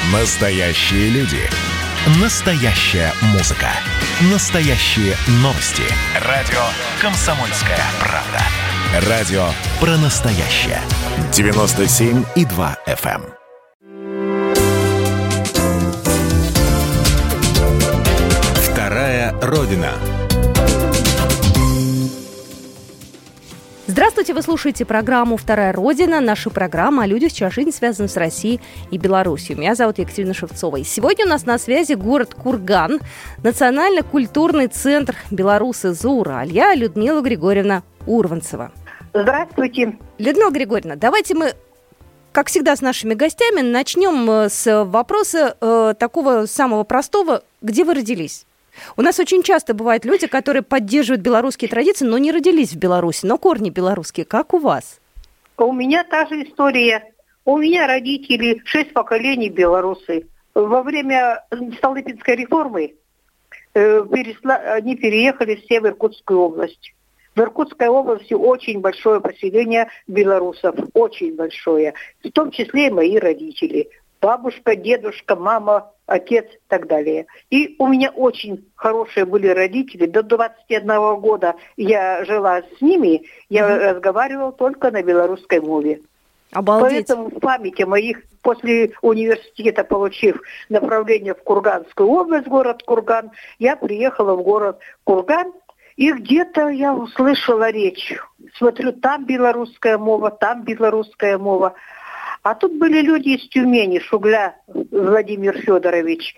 Настоящие люди. Настоящая музыка. Настоящие новости. Радио «Комсомольская правда». Радио про настоящее. 97,2 FM. Вторая Родина. Здравствуйте, вы слушаете программу «Вторая Родина». Наша программа о людях, чья жизнь связана с Россией и Беларусью. Меня зовут Екатерина Шевцова. И сегодня у нас на связи город Курган, национально-культурный центр белорусы Зауралья, Людмила Григорьевна Урванцева. Здравствуйте. Людмила Григорьевна, давайте мы, как всегда, с нашими гостями начнем с вопроса такого самого простого. Где вы родились? У нас очень часто бывают люди, которые поддерживают белорусские традиции, но не родились в Беларуси, но корни белорусские. Как у вас? У меня та же история. У меня родители 6 поколений белорусы. Во время Столыпинской реформы они переехали все в Иркутскую область. В Иркутской области очень большое поселение белорусов, очень большое. В том числе и мои родители. Бабушка, дедушка, мама, отец и так далее. И у меня очень хорошие были родители. До 21 года я жила с ними, я разговаривала только на белорусской мове. Обалдеть. Поэтому в памяти моих, после университета, получив направление в Курганскую область, город Курган, я приехала в город Курган, и где-то я услышала речь. Смотрю, там белорусская мова, там белорусская мова. А тут были люди из Тюмени, Шугля Владимир Федорович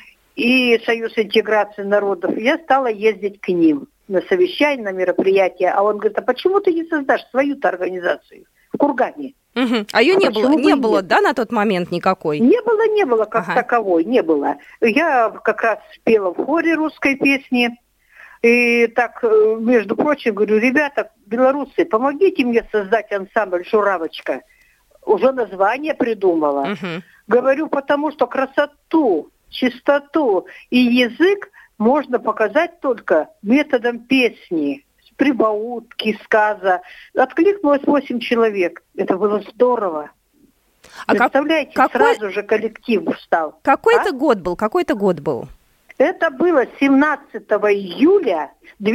и Союз интеграции народов. Я стала ездить к ним на совещания, на мероприятия. А он говорит, а почему ты не создашь свою-то организацию в Кургане? А ее не было, да, на тот момент никакой? Не было как таковой, не было. Я как раз пела в хоре русской песни. И так, между прочим, говорю, ребята, белорусы, помогите мне создать ансамбль «Журавочка». Уже название придумала. Говорю, потому что красоту, чистоту и язык можно показать только методом песни, прибаутки, сказа. Откликнулось 8 человек. Это было здорово. Представляете, сразу же коллектив встал. Какой-то год был? Это было 17 июля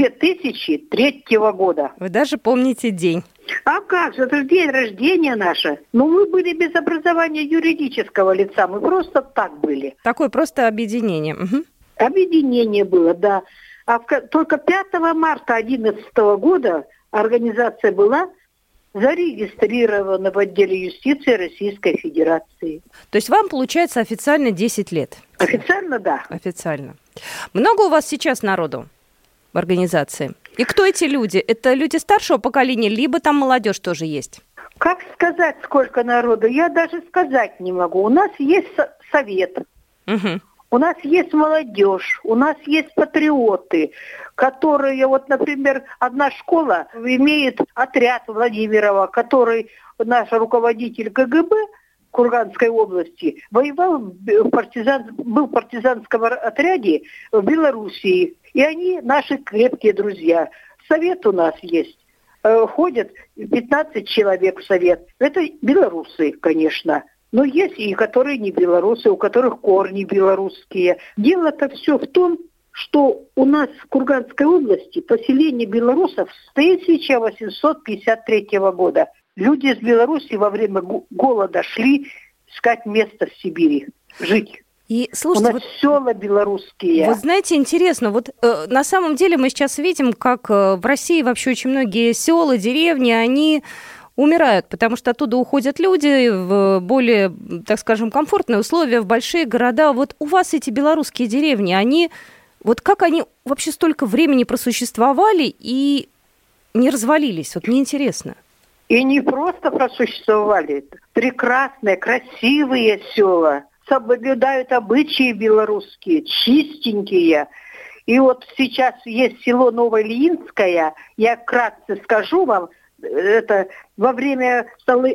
2003 года. Вы даже помните день. А как же, это же день рождения наше. Но мы были без образования юридического лица, мы просто так были. Такое просто объединение. Объединение было, да. Только 5 марта 2011 года организация была зарегистрирована в отделе юстиции Российской Федерации. То есть вам, получается, официально 10 лет? Официально, да. Официально. Много у вас сейчас народу в организации? И кто эти люди? Это люди старшего поколения, либо там молодежь тоже есть? Как сказать, сколько народу? Я даже сказать не могу. У нас есть совет. У нас есть молодежь, у нас есть патриоты, которые, вот, например, одна школа имеет отряд Владимирова, который наш руководитель КГБ Курганской области воевал был в партизанском отряде в Белоруссии. И они наши крепкие друзья. Совет у нас есть. Ходят 15 человек в совет. Это белорусы, конечно. Но есть и которые не белорусы, у которых корни белорусские. Дело-то все в том, что у нас в Курганской области поселение белорусов с 1853 года. Люди из Беларуси во время голода шли искать место в Сибири, жить. И, слушайте, у нас села белорусские. Вот знаете, интересно, вот на самом деле мы сейчас видим, как в России вообще очень многие села, деревни, они умирают, потому что оттуда уходят люди в более, так скажем, комфортные условия, в большие города. Вот у вас эти белорусские деревни, они, вот как они вообще столько времени просуществовали и не развалились? Вот мне интересно. И не просто просуществовали. Прекрасные, красивые села. Соблюдают обычаи белорусские, чистенькие. И вот сейчас есть село Новоильинское. Я вкратце скажу вам, это во время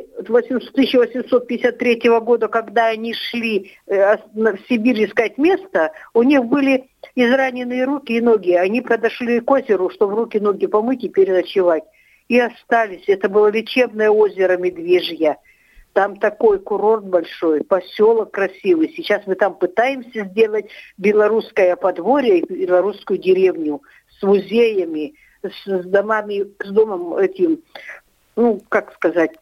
1853 года, когда они шли в Сибирь искать место, у них были израненные руки и ноги. Они подошли к озеру, чтобы руки и ноги помыть и переночевать. И остались. Это было лечебное озеро Медвежье. Там такой курорт большой, поселок красивый. Сейчас мы там пытаемся сделать белорусское подворье, белорусскую деревню с музеями, с домами, с домом этим, как сказать,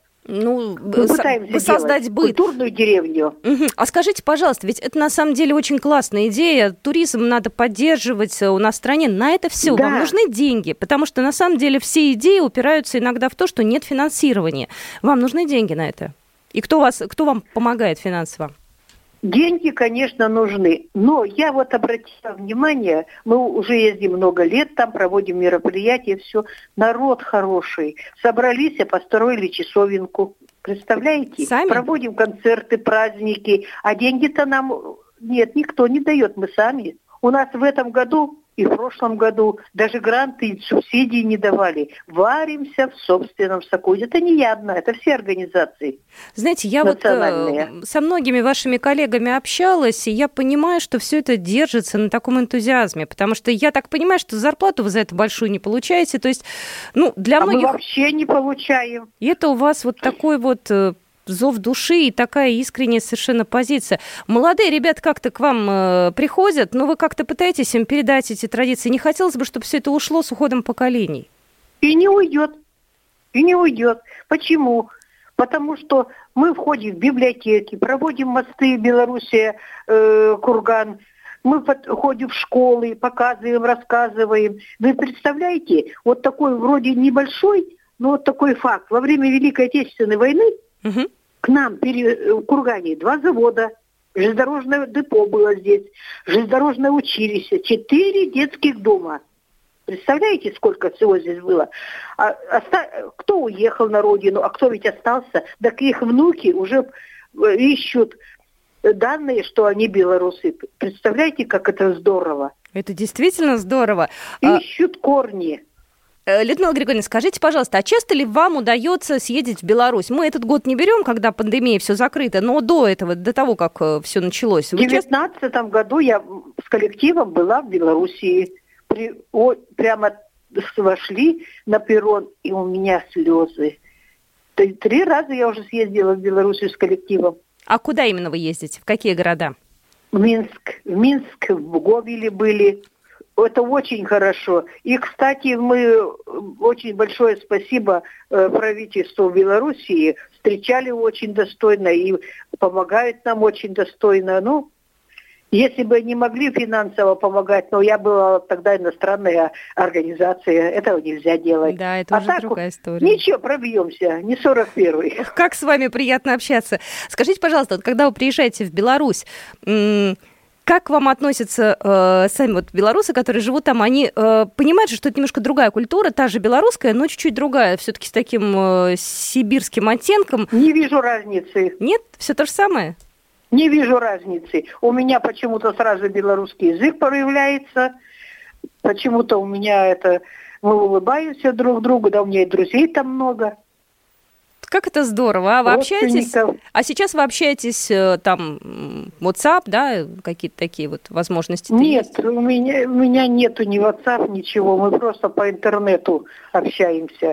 создать быт. Культурную деревню. Угу. А скажите, пожалуйста, ведь это на самом деле очень классная идея. Туризм надо поддерживать у нас в стране. На это все вам нужны деньги, потому что на самом деле все идеи упираются иногда в то, что нет финансирования. Вам нужны деньги на это? И кто вам помогает финансово? Деньги, конечно, нужны. Но я вот обратила внимание, мы уже ездим много лет, там проводим мероприятия, все. Народ хороший. Собрались и построили часовенку. Представляете? Сами? Проводим концерты, праздники. А деньги-то нам нет, никто не дает, мы сами. У нас в этом году и в прошлом году даже гранты и субсидии не давали. Варимся в собственном соку. Это не я одна, это все организации. Знаете, я вот со многими вашими коллегами общалась, и я понимаю, что все это держится на таком энтузиазме, потому что я так понимаю, что зарплату вы за это большую не получаете. То есть, для многих... мы вообще не получаем. И это у вас вот такой вот... зов души и такая искренняя совершенно позиция. Молодые ребята как-то к вам приходят, но вы как-то пытаетесь им передать эти традиции. Не хотелось бы, чтобы все это ушло с уходом поколений. И не уйдет. Почему? Потому что мы входим в библиотеки, проводим мосты Белоруссия, Курган. Мы ходим в школы, показываем, рассказываем. Вы представляете, вот такой вроде небольшой, но вот такой факт. Во время Великой Отечественной войны к нам в Кургане 2 завода, железнодорожное депо было здесь, железнодорожное училище, 4 детских дома. Представляете, сколько всего здесь было? Кто уехал на родину, а кто ведь остался? Так их внуки уже ищут данные, что они белорусы. Представляете, как это здорово? Это действительно здорово. Ищут корни. Людмила Григорьевна, скажите, пожалуйста, а часто ли вам удается съездить в Беларусь? Мы этот год не берем, когда пандемия, все закрыто, но до этого, до того, как все началось. В 2019 году я с коллективом была в Белоруссии. Прямо вошли на перрон, и у меня слезы. 3 раза я уже съездила в Белоруссию с коллективом. А куда именно вы ездите? В какие города? В Минск, в Гомеле были. Это очень хорошо. И, кстати, мы очень большое спасибо правительству Белоруссии. Встречали очень достойно и помогают нам очень достойно. Если бы не могли финансово помогать, но я была тогда иностранная организация, этого нельзя делать. Да, это уже другая история. Ничего, пробьемся, не 41-й. Как с вами приятно общаться. Скажите, пожалуйста, вот когда вы приезжаете в Беларусь, как к вам относятся сами вот белорусы, которые живут там? Они понимают, что это немножко другая культура, та же белорусская, но чуть-чуть другая, все-таки с таким сибирским оттенком. Не вижу разницы. Нет? Все то же самое? Не вижу разницы. У меня почему-то сразу белорусский язык проявляется. Почему-то у меня мы улыбаемся друг другу, да у меня и друзей там много. Как это здорово, а вы общаетесь? А сейчас вы общаетесь там WhatsApp, да, какие-то такие вот возможности? Нет, у меня нету ни WhatsApp, ничего, мы просто по интернету общаемся.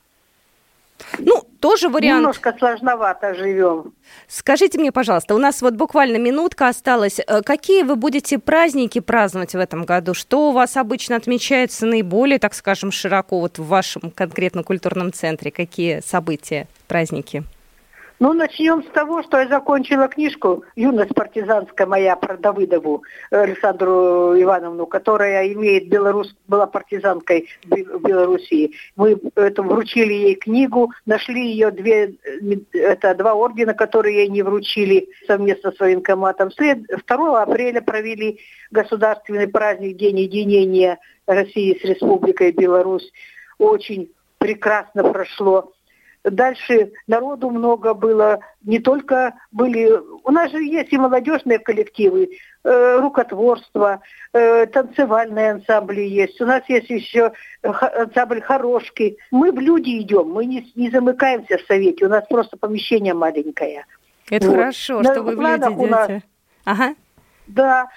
Тоже вариант. Немножко сложновато живем. Скажите мне, пожалуйста, у нас вот буквально минутка осталась. Какие вы будете праздники праздновать в этом году? Что у вас обычно отмечается наиболее, так скажем, широко вот в вашем конкретно культурном центре? Какие события, праздники? Начнем с того, что я закончила книжку «Юность партизанская» моя про Давыдову Александру Ивановну, которая была партизанкой в Белоруссии. Мы вручили ей книгу, нашли ее 2 ордена, которые ей не вручили совместно с военкоматом. 2 апреля провели государственный праздник, День единения России с Республикой Беларусь. Очень прекрасно прошло. Дальше народу много было, не только были... У нас же есть и молодежные коллективы, рукотворство, танцевальные ансамбли есть. У нас есть еще ансамбль «Хорошки». Мы в люди идем, мы не замыкаемся в совете, у нас просто помещение маленькое. Это хорошо, что вы в люди идете. Ага. Да.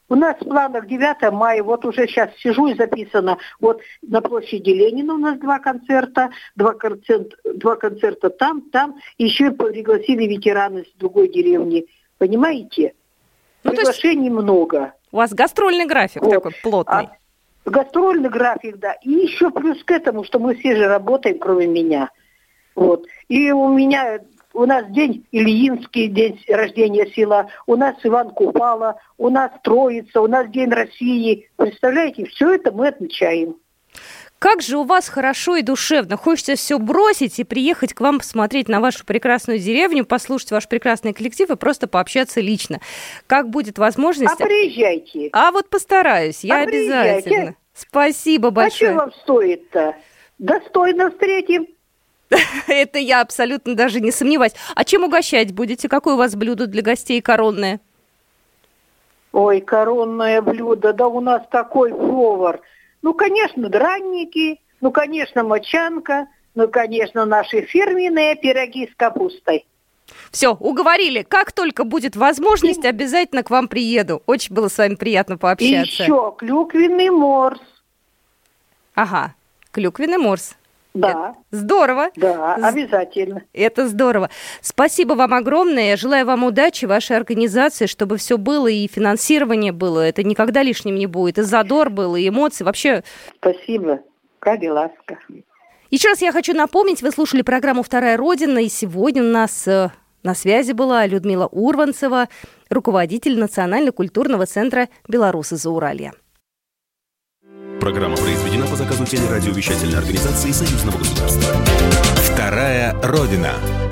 У нас в планах 9 мая, вот уже сейчас сижу и записано, вот на площади Ленина у нас 2 концерта, 2 концерта там, еще пригласили ветераны с другой деревни, понимаете? Приглашений много. У вас гастрольный график такой плотный. Гастрольный график, да, и еще плюс к этому, что мы все же работаем, кроме меня, вот, и у нас день Ильинский, день рождения села, у нас Иван Купала, у нас Троица, у нас День России. Представляете, все это мы отмечаем. Как же у вас хорошо и душевно. Хочется все бросить и приехать к вам посмотреть на вашу прекрасную деревню, послушать ваш прекрасный коллектив и просто пообщаться лично. Как будет возможность... приезжайте. Вот постараюсь, я обязательно. Спасибо большое. А что вам стоит-то? Достойно встретим. Это я абсолютно даже не сомневаюсь. А чем угощать будете? Какое у вас блюдо для гостей коронное? Ой, коронное блюдо, да у нас такой повар. Ну, конечно, дранники, ну, конечно, мочанка, ну, конечно, наши фирменные пироги с капустой. Все, уговорили. Как только будет возможность, обязательно к вам приеду. Очень было с вами приятно пообщаться. И еще клюквенный морс. Ага, клюквенный морс. Да. Здорово. Да, обязательно. Это здорово. Спасибо вам огромное. Желаю вам удачи, вашей организации, чтобы все было, и финансирование было. Это никогда лишним не будет. И задор был, и эмоции. Вообще... Спасибо. Ради ласка. Еще раз я хочу напомнить, вы слушали программу «Вторая Родина», и сегодня у нас на связи была Людмила Урванцева, руководитель Национально-культурного центра «Белорусы Зауралья». Программа произведена по заказу телерадиовещательной организации Союзного государства. «Вторая Родина».